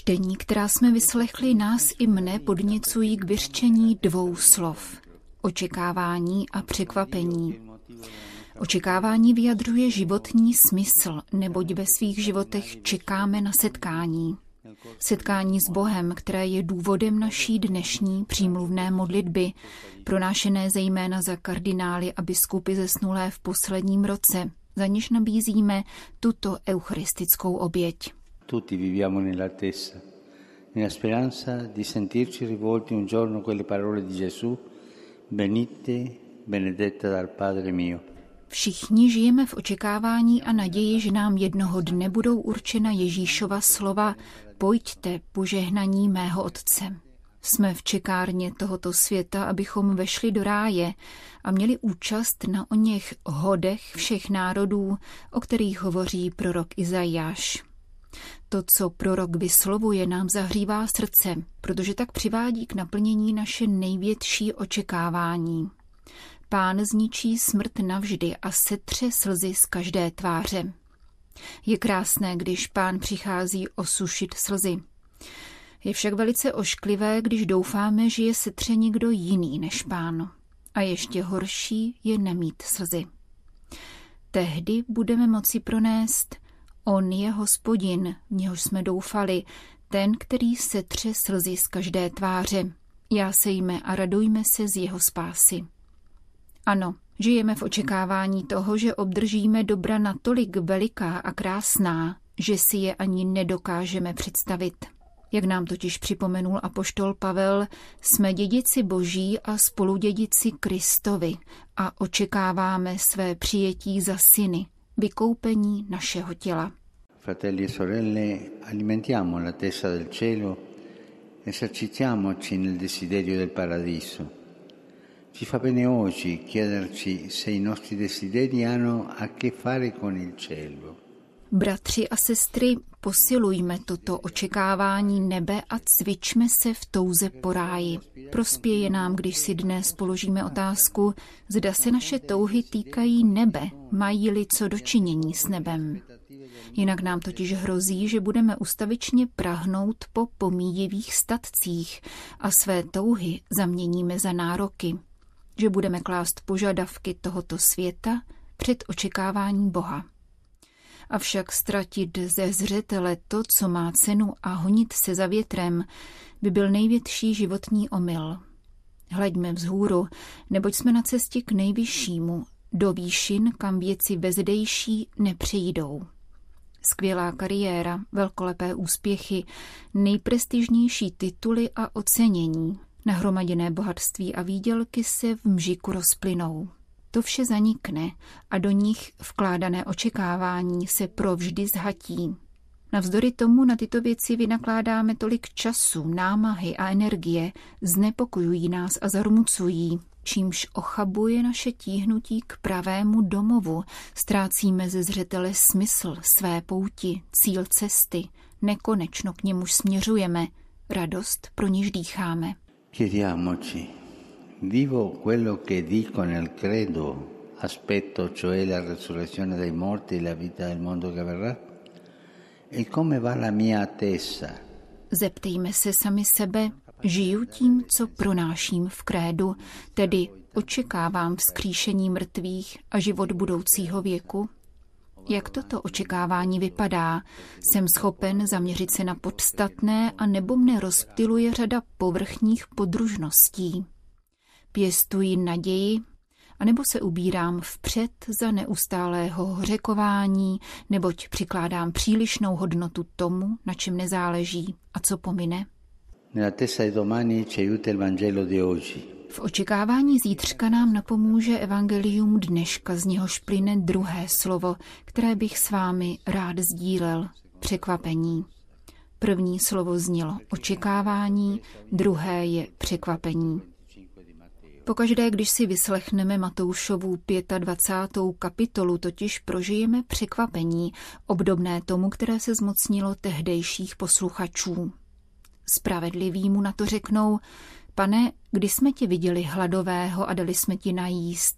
Čtení, která jsme vyslechli, nás i mne podněcují k vyřčení dvou slov. Očekávání a překvapení. Očekávání vyjadřuje životní smysl, neboť ve svých životech čekáme na setkání. Setkání s Bohem, které je důvodem naší dnešní přímluvné modlitby, pronášené zejména za kardinály a biskupy zesnulé v posledním roce, za něž nabízíme tuto eucharistickou oběť. Tutti viviamo nell'attesa, nella speranza di sentirci rivolti un giorno quelle parole di Gesù, venite benedetta dal Padre mio. Všichni žijeme v očekávání a naději, že nám jednoho dne budou určena Ježíšova slova pojďte, požehnaní mého Otce. Jsme v čekárně tohoto světa, abychom vešli do ráje a měli účast na oněch hodech všech národů, o kterých hovoří prorok Izajáš. To, co prorok vyslovuje, nám zahřívá srdce, protože tak přivádí k naplnění naše největší očekávání. Pán zničí smrt navždy a setře slzy z každé tváře. Je krásné, když Pán přichází osušit slzy. Je však velice ošklivé, když doufáme, že je setře někdo jiný než Pán. A ještě horší je nemít slzy. Tehdy budeme moci pronést: On je Hospodin, v něhož jsme doufali, ten, který setře slzy z každé tváře. Jásejme a radujme se z jeho spásy. Ano, žijeme v očekávání toho, že obdržíme dobra natolik veliká a krásná, že si je ani nedokážeme představit. Jak nám totiž připomenul apoštol Pavel, jsme dědici Boží a spoludědici Kristovi a očekáváme své přijetí za syny, vykoupení našeho těla. Fratelli e sorelle, alimentiamo l'attesa del cielo, esercitiamoci nel desiderio del paradiso. Ci fa bene oggi chiederci se i nostri desideri hanno a che fare con il cielo. Bratři a sestry, posilujme toto očekávání nebe a cvičme se v touze po ráji. Prospěje nám, když si dnes položíme otázku, zda se naše touhy týkají nebe, mají-li co dočinění s nebem. Jinak nám totiž hrozí, že budeme ustavičně prahnout po pomíjivých statcích a své touhy zaměníme za nároky. Že budeme klást požadavky tohoto světa před očekávání Boha. Avšak ztratit ze zřetele to, co má cenu, a honit se za větrem, by byl největší životní omyl. Hleďme vzhůru, neboť jsme na cestě k nejvyššímu, do výšin, kam věci vezdejší nepřejdou. Skvělá kariéra, velkolepé úspěchy, nejprestižnější tituly a ocenění, nahromaděné bohatství a výdělky se v mžiku rozplynou. To vše zanikne a do nich vkládané očekávání se provždy zhatí. Navzdory tomu na tyto věci vynakládáme tolik času, námahy a energie, znepokojují nás a zarmucují, čímž ochabuje naše tíhnutí k pravému domovu, ztrácíme ze zřetele smysl své pouti, cíl cesty, nekonečno k němuž směřujeme, radost, pro níž dýcháme. Chiediamoci, vivo quello che dico nel credo, aspetto cioè la resurrezione dei morti e la vita del mondo che verrà? E come va la mia attesa? Zeptejme se sami sebe, žiju tím, co pronáším v krédu, tedy očekávám vzkříšení mrtvých a život budoucího věku? Jak toto očekávání vypadá? Jsem schopen zaměřit se na podstatné a nebo mne rozptyluje řada povrchních podružností? Pěstuji naději, anebo se ubírám vpřed za neustálého hořekování, neboť přikládám přílišnou hodnotu tomu, na čem nezáleží a co pomine? V očekávání zítřka nám napomůže evangelium dneška, z něhož plyne druhé slovo, které bych s vámi rád sdílel, překvapení. První slovo znělo očekávání, druhé je překvapení. Pokaždé, když si vyslechneme Matoušovu 25. kapitolu, totiž prožijeme překvapení, obdobné tomu, které se zmocnilo tehdejších posluchačů. Spravedliví mu na to řeknou: Pane, kdy jsme tě viděli hladového a dali jsme ti najíst,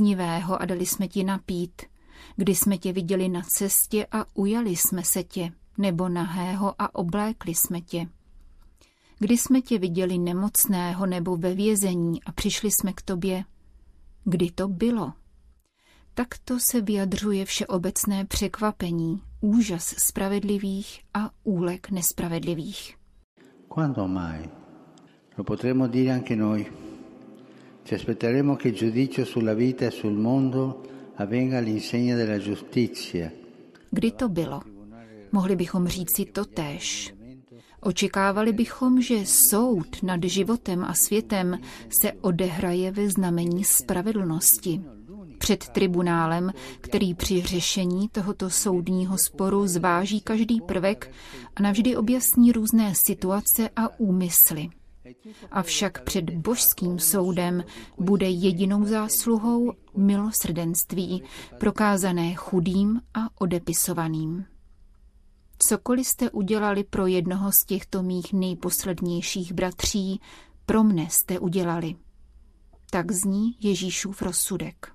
žíznivého a dali jsme ti napít, kdy jsme tě viděli na cestě a ujali jsme se tě, nebo nahého a oblékli jsme tě? Kdy jsme tě viděli nemocného nebo ve vězení a přišli jsme k tobě? Kdy to bylo? Takto se vyjadřuje všeobecné překvapení, úžas spravedlivých a úlek nespravedlivých. Quando mai? Lo potremmo dire anche noi. Ci aspetteremo che il giudizio sulla vita e sul mondo avvenga all'insegna della giustizia. Kdy to bylo? Mohli bychom říci totéž. Očekávali bychom, že soud nad životem a světem se odehraje ve znamení spravedlnosti. Před tribunálem, který při řešení tohoto soudního sporu zváží každý prvek a navždy objasní různé situace a úmysly. Avšak před božským soudem bude jedinou zásluhou milosrdenství, prokázané chudým a odepisovaným. Cokoliv jste udělali pro jednoho z těchto mých nejposlednějších bratří, pro mne jste udělali. Tak zní Ježíšův rozsudek.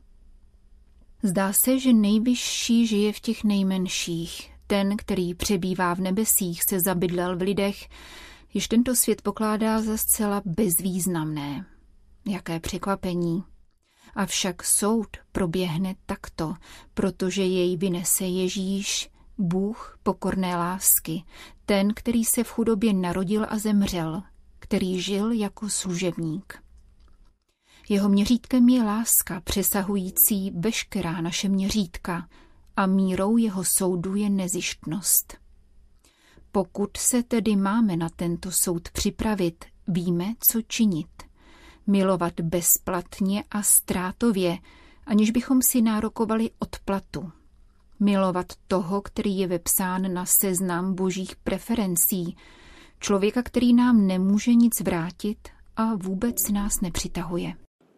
Zdá se, že nejvyšší žije v těch nejmenších. Ten, který přebývá v nebesích, se zabydlel v lidech, již tento svět pokládá za zcela bezvýznamné. Jaké překvapení. Avšak soud proběhne takto, protože jej vynese Ježíš, Bůh pokorné lásky, ten, který se v chudobě narodil a zemřel, který žil jako služebník. Jeho měřítkem je láska, přesahující veškerá naše měřítka, a mírou jeho soudu je nezištnost. Pokud se tedy máme na tento soud připravit, víme, co činit. Milovat bezplatně a ztrátově, aniž bychom si nárokovali odplatu. Milovat toho, který je vepsán na seznam božích preferencí, člověka, který nám nemůže nic vrátit a vůbec nás nepřitahuje.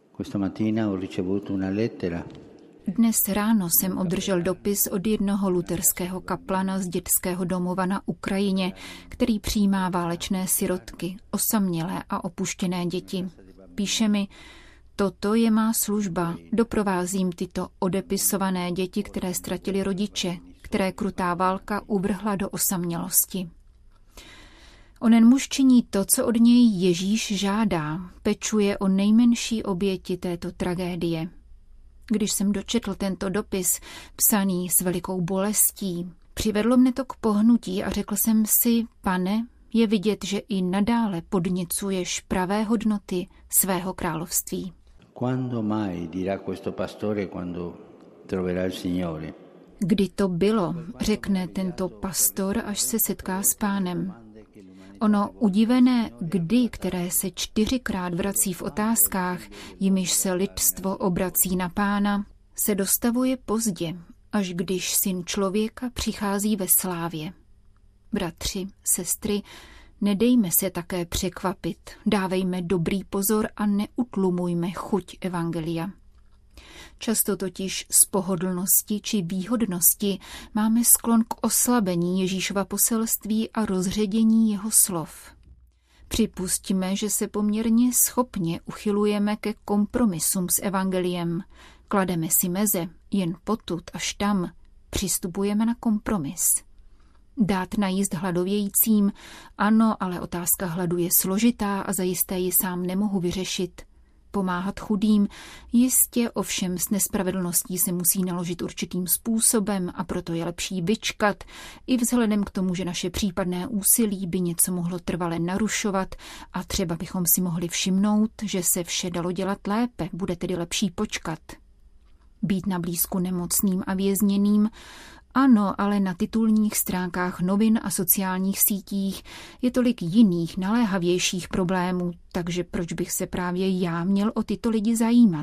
Dnes ráno jsem obdržel dopis od jednoho luterského kaplana z dětského domova na Ukrajině, který přijímá válečné sirotky, osamělé a opuštěné děti. Píše mi: toto je má služba, doprovázím tyto odepisované děti, které ztratili rodiče, které krutá válka uvrhla do osamělosti. Onen muž činí to, co od něj Ježíš žádá, pečuje o nejmenší oběti této tragédie. Když jsem dočetl tento dopis, psaný s velikou bolestí, přivedlo mne to k pohnutí a řekl jsem si: Pane, je vidět, že i nadále podněcuješ pravé hodnoty svého království. Quando mai dirà questo pastore quando troverà il Signore? Kdy to bylo, řekne tento pastor, až se setká s Pánem. Ono udivené kdy, které se 4krát vrací v otázkách, jimiž se lidstvo obrací na Pána, se dostavuje pozdě, až když Syn člověka přichází ve slávě. Bratři, sestry, nedejme se také překvapit, dávejme dobrý pozor a neutlumujme chuť evangelia. Často totiž z pohodlnosti či výhodnosti máme sklon k oslabení Ježíšova poselství a rozředění jeho slov. Připustíme, že se poměrně schopně uchylujeme ke kompromisům s evangeliem. Klademe si meze, jen potud až tam přistupujeme na kompromis. Dát najíst hladovějícím, ano, ale otázka hladu je složitá a zajisté ji sám nemohu vyřešit. Pomáhat chudým, jistě ovšem s nespravedlností se musí naložit určitým způsobem a proto je lepší vyčkat, i vzhledem k tomu, že naše případné úsilí by něco mohlo trvale narušovat a třeba bychom si mohli všimnout, že se vše dalo dělat lépe, bude tedy lepší počkat. Být na blízku nemocným a vězněným, ano, ale na titulních stránkách novin a sociálních sítích je tolik jiných, naléhavějších problémů, takže proč bych se právě já měl o tyto lidi zajímat?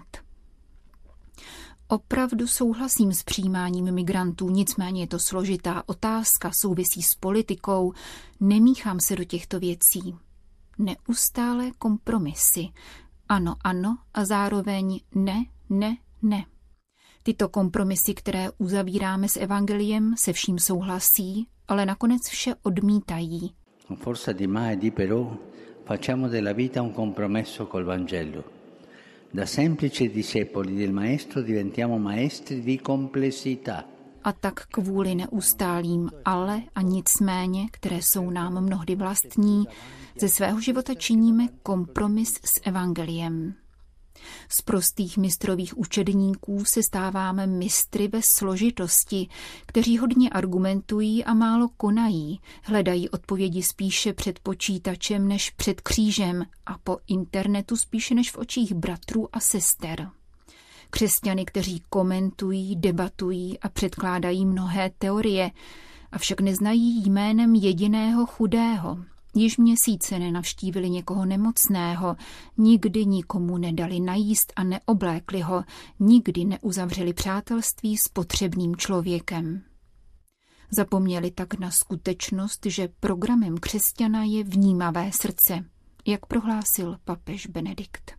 Opravdu souhlasím s přijímáním migrantů, nicméně je to složitá otázka, souvisí s politikou, nemíchám se do těchto věcí. Neustálé kompromisy. Ano, ano a zároveň ne, ne, ne. Tyto kompromisy, které uzavíráme s evangeliem, se vším souhlasí, ale nakonec vše odmítají. Forza di ma e di però facciamo della vita un compromesso col Vangelo. Da semplici discepoli del Maestro diventiamo maestri di complessità. A tak kvůli neustálým ale a nicméně, které jsou nám mnohdy vlastní, ze svého života činíme kompromis s evangeliem. Z prostých mistrových učedníků se stáváme mistry ve složitosti, kteří hodně argumentují a málo konají, hledají odpovědi spíše před počítačem než před křížem a po internetu spíše než v očích bratrů a sester. Křesťany, kteří komentují, debatují a předkládají mnohé teorie, avšak neznají jménem jediného chudého. Již měsíce nenavštívili někoho nemocného, nikdy nikomu nedali najíst a neoblékli ho, nikdy neuzavřeli přátelství s potřebným člověkem. Zapomněli tak na skutečnost, že programem křesťana je vnímavé srdce, jak prohlásil papež Benedikt.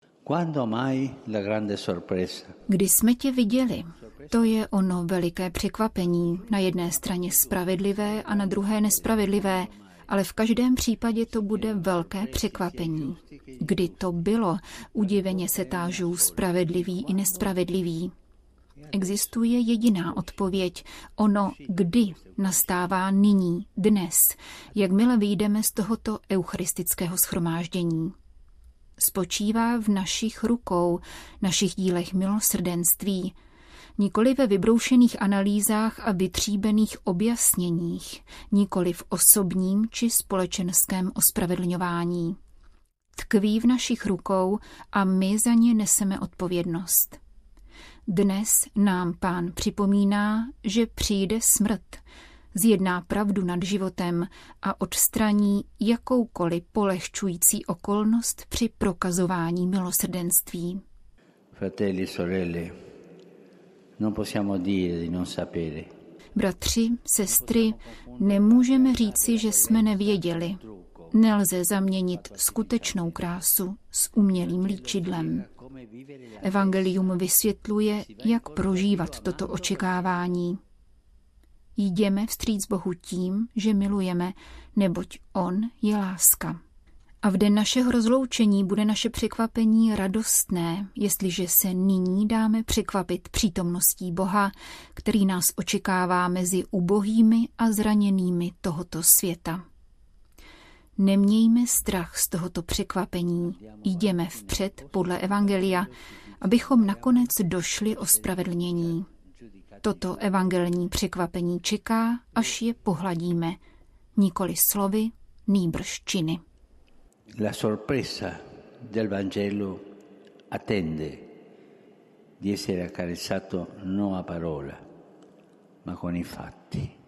Kdy jsme tě viděli? To je ono veliké překvapení, na jedné straně spravedlivé a na druhé nespravedlivé, ale v každém případě to bude velké překvapení. Kdy to bylo, udiveně se tážou spravedliví i nespravedliví. Existuje jediná odpověď. Ono kdy nastává nyní, dnes, jakmile vyjdeme z tohoto eucharistického shromáždění. Spočívá v našich rukou, našich dílech milosrdenství, nikoli ve vybroušených analýzách a vytříbených objasněních, nikoli v osobním či společenském ospravedlňování. Tkví v našich rukou a my za ně neseme odpovědnost. Dnes nám Pán připomíná, že přijde smrt, zjedná pravdu nad životem a odstraní jakoukoliv polehčující okolnost při prokazování milosrdenství. Fratelli, sorelle, non possiamo dire di non sapere. Bratři, sestry, nemůžeme říci, že jsme nevěděli. Nelze zaměnit skutečnou krásu s umělým líčidlem. Evangelium vysvětluje, jak prožívat toto očekávání. Jdeme vstříc Bohu tím, že milujeme, neboť On je láska. A v den našeho rozloučení bude naše překvapení radostné, jestliže se nyní dáme překvapit přítomností Boha, který nás očekává mezi ubohými a zraněnými tohoto světa. Nemějme strach z tohoto překvapení, jdeme vpřed podle evangelia, abychom nakonec došli ospravedlnění. Toto evangelní překvapení čeká, až je pohladíme, nikoli slovy, nýbrž činy. La sorpresa del Vangelo attende di essere accarezzato non a parola, ma con i fatti.